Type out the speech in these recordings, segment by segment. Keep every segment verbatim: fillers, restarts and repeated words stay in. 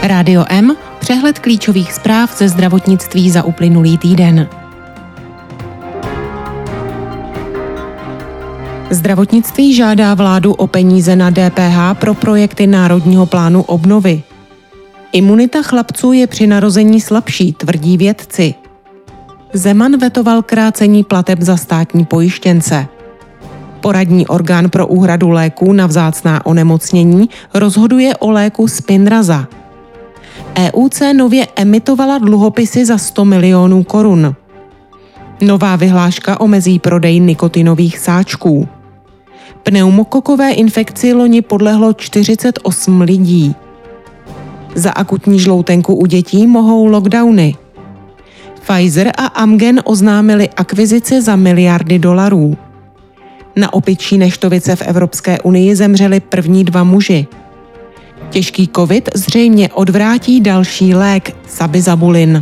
Rádio M, přehled klíčových zpráv ze zdravotnictví za uplynulý týden. Zdravotnictví žádá vládu o peníze na D P H pro projekty Národního plánu obnovy. Imunita chlapců je při narození slabší, tvrdí vědci. Zeman vetoval krácení plateb za státní pojištěnce. Poradní orgán pro úhradu léků na vzácná onemocnění rozhoduje o léku Spinraza. E U C nově emitovala dluhopisy za sto milionů korun. Nová vyhláška omezí prodej nikotinových sáčků. Pneumokokové infekci loni podlehlo čtyřicet osm lidí. Za akutní žloutenku u dětí mohou lockdowny. Pfizer a Amgen oznámili akvizici za miliardy dolarů. Na opičí neštovice v Evropské unii zemřeli první dva muži. Těžký covid zřejmě odvrátí další lék Sabizabulin.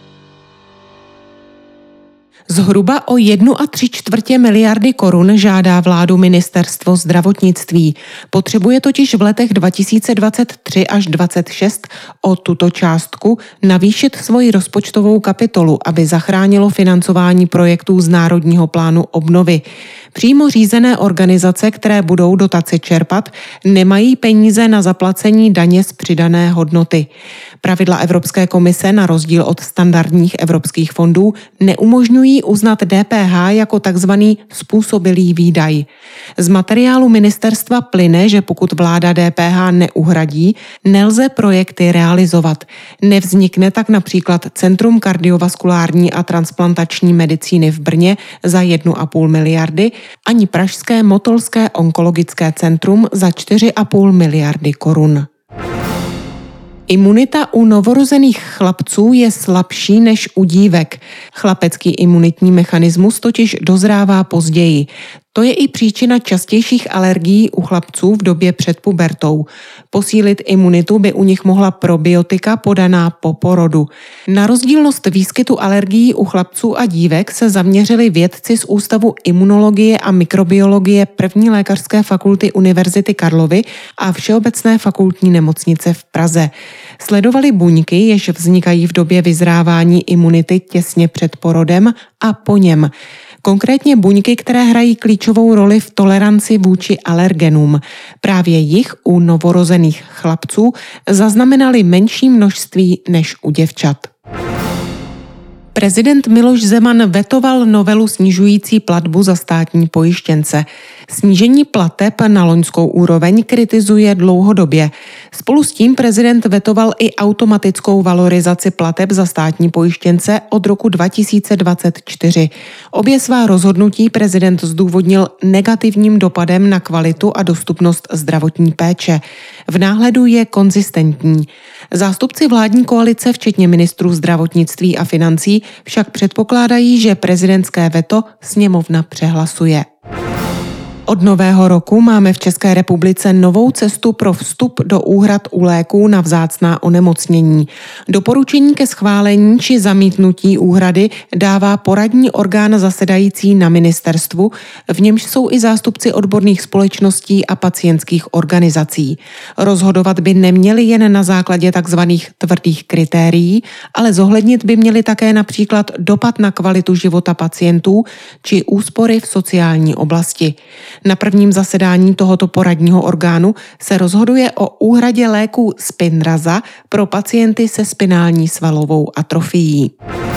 Zhruba o jednu a tři čtvrtě miliardy korun žádá vládu ministerstvo zdravotnictví. Potřebuje totiž v letech dva tisíce dvacet tři až dvacet šest o tuto částku navýšit svoji rozpočtovou kapitolu, aby zachránilo financování projektů z Národního plánu obnovy. Přímo řízené organizace, které budou dotace čerpat, nemají peníze na zaplacení daně z přidané hodnoty. Pravidla Evropské komise na rozdíl od standardních evropských fondů neumožňují uznat D P H jako takzvaný způsobilý výdaj. Z materiálu ministerstva plyne, že pokud vláda D P H neuhradí, nelze projekty realizovat. Nevznikne tak například Centrum kardiovaskulární a transplantační medicíny v Brně za jednu a půl miliardy, ani pražské Motolské onkologické centrum za čtyři a půl miliardy korun. Imunita u novorozených chlapců je slabší než u dívek. Chlapecký imunitní mechanismus totiž dozrává později. To je i příčina častějších alergií u chlapců v době před pubertou. Posílit imunitu by u nich mohla probiotika podaná po porodu. Na rozdílnost výskytu alergií u chlapců a dívek se zaměřili vědci z Ústavu imunologie a mikrobiologie první lékařské fakulty Univerzity Karlovy a Všeobecné fakultní nemocnice v Praze. Sledovali buňky, jež vznikají v době vyzrávání imunity těsně před porodem a po něm. Konkrétně buňky, které hrají klíčovou roli v toleranci vůči alergenům. Právě jich u novorozených chlapců zaznamenali menší množství než u děvčat. Prezident Miloš Zeman vetoval novelu snižující platbu za státní pojištěnce. Snížení plateb na loňskou úroveň kritizuje dlouhodobě. Spolu s tím prezident vetoval i automatickou valorizaci plateb za státní pojištěnce od roku dva tisíce dvacet čtyři. Obě svá rozhodnutí prezident zdůvodnil negativním dopadem na kvalitu a dostupnost zdravotní péče. V náhledu je konzistentní. Zástupci vládní koalice, včetně ministrů zdravotnictví a financí, však předpokládají, že prezidentské veto sněmovna přehlasuje. Od nového roku máme v České republice novou cestu pro vstup do úhrad u léků na vzácná onemocnění. Doporučení ke schválení či zamítnutí úhrady dává poradní orgán zasedající na ministerstvu, v němž jsou i zástupci odborných společností a pacientských organizací. Rozhodovat by neměli jen na základě tzv. Tvrdých kritérií, ale zohlednit by měli také například dopad na kvalitu života pacientů či úspory v sociální oblasti. Na prvním zasedání tohoto poradního orgánu se rozhoduje o úhradě léku Spinraza pro pacienty se spinální svalovou atrofií.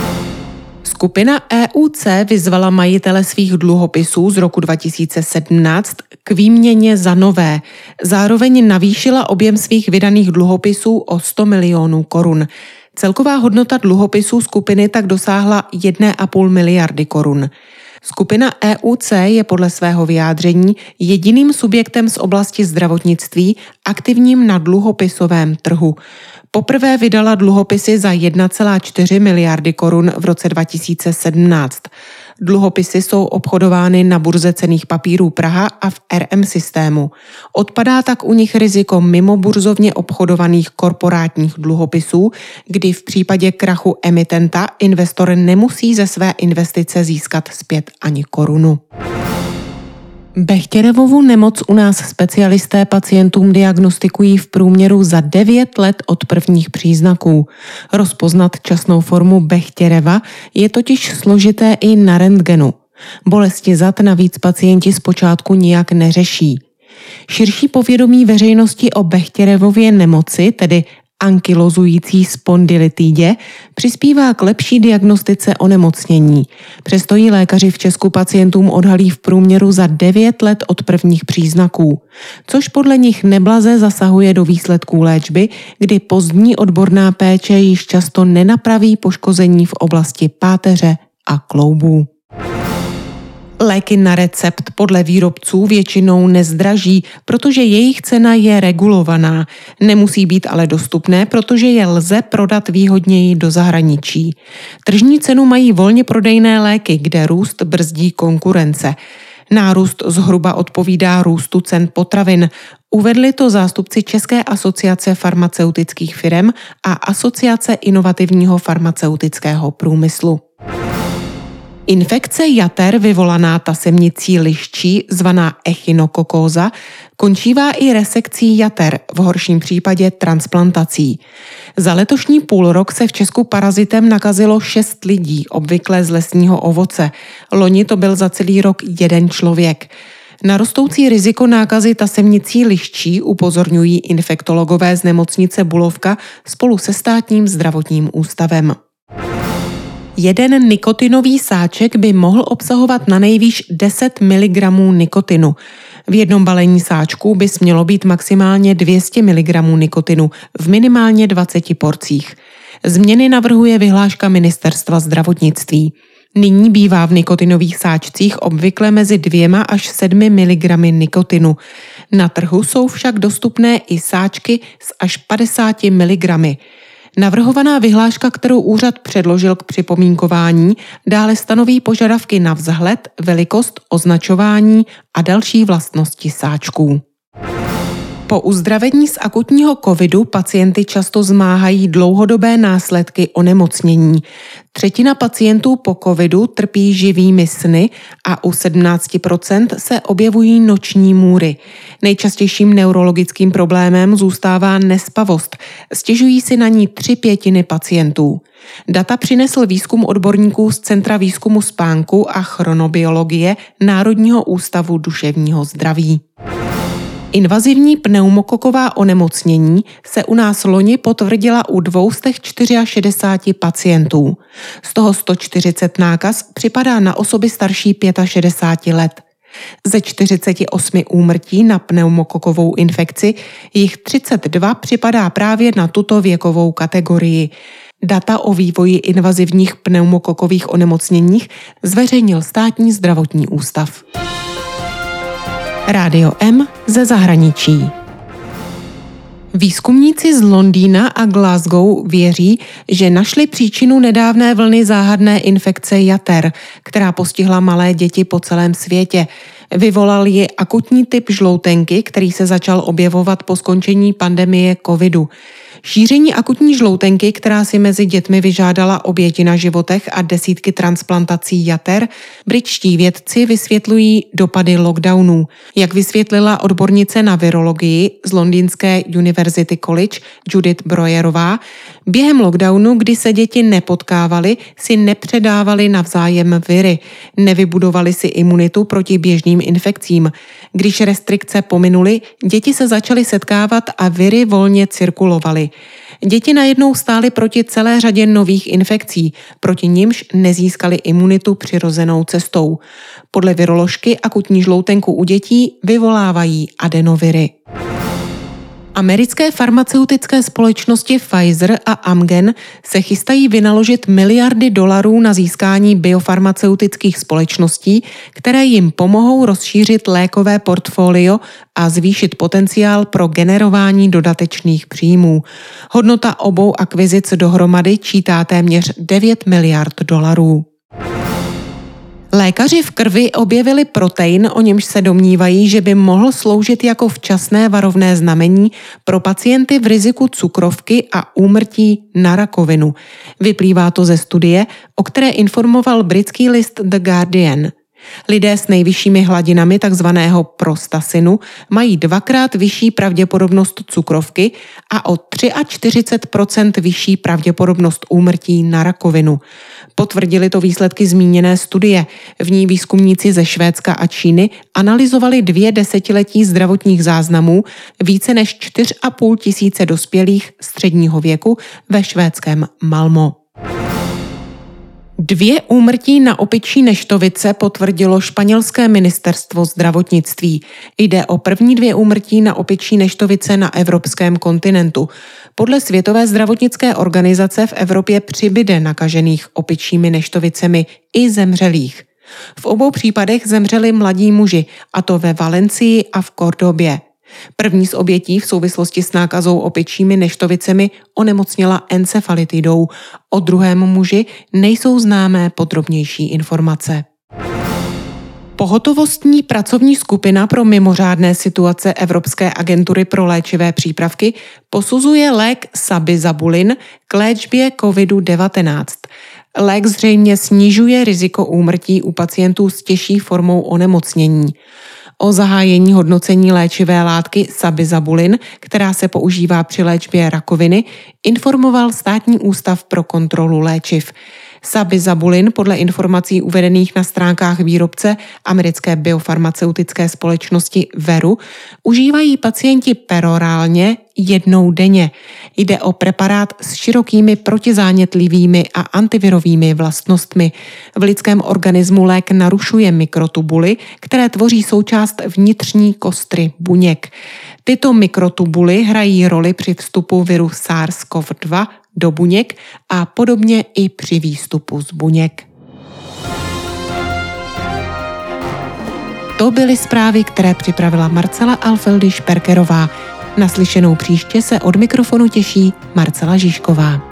Skupina E U C vyzvala majitele svých dluhopisů z roku dva tisíce sedmnáct k výměně za nové. Zároveň navýšila objem svých vydaných dluhopisů o sto milionů korun. Celková hodnota dluhopisů skupiny tak dosáhla jedna a půl miliardy korun. Skupina E U C je podle svého vyjádření jediným subjektem z oblasti zdravotnictví aktivním na dluhopisovém trhu. Poprvé vydala dluhopisy za jedna celá čtyři miliardy korun v roce dva tisíce sedmnáct. Dluhopisy jsou obchodovány na burze cenných papírů Praha a v R M systému. Odpadá tak u nich riziko mimo burzovně obchodovaných korporátních dluhopisů, kdy v případě krachu emitenta investor nemusí ze své investice získat zpět ani korunu. Bechterevovu nemoc u nás specialisté pacientům diagnostikují v průměru za devět let od prvních příznaků. Rozpoznat časnou formu Bechtereva je totiž složité i na rentgenu. Bolesti zad navíc pacienti zpočátku nijak neřeší. Širší povědomí veřejnosti o Bechterevově nemoci, tedy ankylozující spondylitidě, přispívá k lepší diagnostice onemocnění. Přesto ji lékaři v Česku pacientům odhalí v průměru za devět let od prvních příznaků, což podle nich neblaze zasahuje do výsledků léčby, kdy pozdní odborná péče již často nenapraví poškození v oblasti páteře a kloubů. Léky na recept podle výrobců většinou nezdraží, protože jejich cena je regulovaná. Nemusí být ale dostupné, protože je lze prodat výhodněji do zahraničí. Tržní cenu mají volně prodejné léky, kde růst brzdí konkurence. Nárůst zhruba odpovídá růstu cen potravin. Uvedli to zástupci České asociace farmaceutických firem a Asociace inovativního farmaceutického průmyslu. Infekce jater vyvolaná tasemnicí liščí, zvaná echinokokóza, končívá i resekcí jater, v horším případě transplantací. Za letošní půlrok se v Česku parazitem nakazilo šest lidí, obvykle z lesního ovoce. Loni to byl za celý rok jeden člověk. Na rostoucí riziko nákazy tasemnicí liščí upozorňují infektologové z nemocnice Bulovka spolu se Státním zdravotním ústavem. Jeden nikotinový sáček by mohl obsahovat nanejvýš deset miligramů nikotinu. V jednom balení sáčků by smělo být maximálně dvě stě miligramů nikotinu v minimálně dvaceti porcích. Změny navrhuje vyhláška Ministerstva zdravotnictví. Nyní bývá v nikotinových sáčcích obvykle mezi dvěma až sedmi miligramy nikotinu. Na trhu jsou však dostupné i sáčky s až padesáti miligramy. Navrhovaná vyhláška, kterou úřad předložil k připomínkování, dále stanoví požadavky na vzhled, velikost, označování a další vlastnosti sáčků. Po uzdravení z akutního covidu pacienty často zmáhají dlouhodobé následky onemocnění. Třetina pacientů po covidu trpí živými sny a u sedmnáct procent se objevují noční můry. Nejčastějším neurologickým problémem zůstává nespavost. Stěžují si na ní tři pětiny pacientů. Data přinesl výzkum odborníků z Centra výzkumu spánku a chronobiologie Národního ústavu duševního zdraví. Invazivní pneumokoková onemocnění se u nás loni potvrdila u dvě stě šedesáti čtyři pacientů. Z toho sto čtyřicet nákaz připadá na osoby starší šedesáti pěti let. Ze čtyřiceti osmi úmrtí na pneumokokovou infekci jich třicet dva připadá právě na tuto věkovou kategorii. Data o vývoji invazivních pneumokokových onemocněních zveřejnil Státní zdravotní ústav. Rádio M ze zahraničí. Výzkumníci z Londýna a Glasgow věří, že našli příčinu nedávné vlny záhadné infekce jater, která postihla malé děti po celém světě. Vyvolal ji akutní typ žloutenky, který se začal objevovat po skončení pandemie covidu. Šíření akutní žloutenky, která si mezi dětmi vyžádala oběti na životech a desítky transplantací jater, britští vědci vysvětlují dopady lockdownů. Jak vysvětlila odbornice na virologii z londýnské University College Judith Broyerová, během lockdownu, kdy se děti nepotkávaly, si nepředávaly navzájem viry, nevybudovaly si imunitu proti běžným infekcím. Když restrikce pominuly, děti se začaly setkávat a viry volně cirkulovaly. Děti najednou stály proti celé řadě nových infekcí, proti nimž nezískali imunitu přirozenou cestou. Podle viroložky akutní žloutenku u dětí vyvolávají adenoviry. Americké farmaceutické společnosti Pfizer a Amgen se chystají vynaložit miliardy dolarů na získání biofarmaceutických společností, které jim pomohou rozšířit lékové portfolio a zvýšit potenciál pro generování dodatečných příjmů. Hodnota obou akvizic dohromady čítá téměř devět miliard dolarů. Lékaři v krvi objevili protein, o němž se domnívají, že by mohl sloužit jako včasné varovné znamení pro pacienty v riziku cukrovky a úmrtí na rakovinu. Vyplývá to ze studie, o které informoval britský list The Guardian. Lidé s nejvyššími hladinami takzvaného prostasinu mají dvakrát vyšší pravděpodobnost cukrovky a o čtyřicet tři procent vyšší pravděpodobnost úmrtí na rakovinu. Potvrdili to výsledky zmíněné studie. V ní výzkumníci ze Švédska a Číny analyzovali dvě desetiletí zdravotních záznamů více než čtyři a půl tisíce dospělých středního věku ve švédském Malmö. Dvě úmrtí na opičí neštovice potvrdilo španělské ministerstvo zdravotnictví. Jde o první dvě úmrtí na opičí neštovice na evropském kontinentu. Podle Světové zdravotnické organizace v Evropě přibyde nakažených opičími neštovicemi i zemřelých. V obou případech zemřeli mladí muži, a to ve Valencii a v Kordobě. První z obětí v souvislosti s nákazou opičími neštovicemi onemocněla encefalitidou. O druhém muži nejsou známé podrobnější informace. Pohotovostní pracovní skupina pro mimořádné situace Evropské agentury pro léčivé přípravky posuzuje lék Sabizabulin k léčbě kovid devatenáct. Lék zřejmě snižuje riziko úmrtí u pacientů s těžší formou onemocnění. O zahájení hodnocení léčivé látky Sabizabulin, která se používá při léčbě rakoviny, informoval Státní ústav pro kontrolu léčiv. Sabizabulin podle informací uvedených na stránkách výrobce americké biofarmaceutické společnosti Veru užívají pacienti perorálně jednou denně. Jde o preparát s širokými protizánětlivými a antivirovými vlastnostmi. V lidském organismu lék narušuje mikrotubuly, které tvoří součást vnitřní kostry buněk. Tyto mikrotubuly hrají roli při vstupu viru SARS-C o V dva do buněk a podobně i při výstupu z buněk. To byly zprávy, které připravila Marcela Alfeldy Šperkerová. Naslyšenou příště se od mikrofonu těší Marcela Žižková.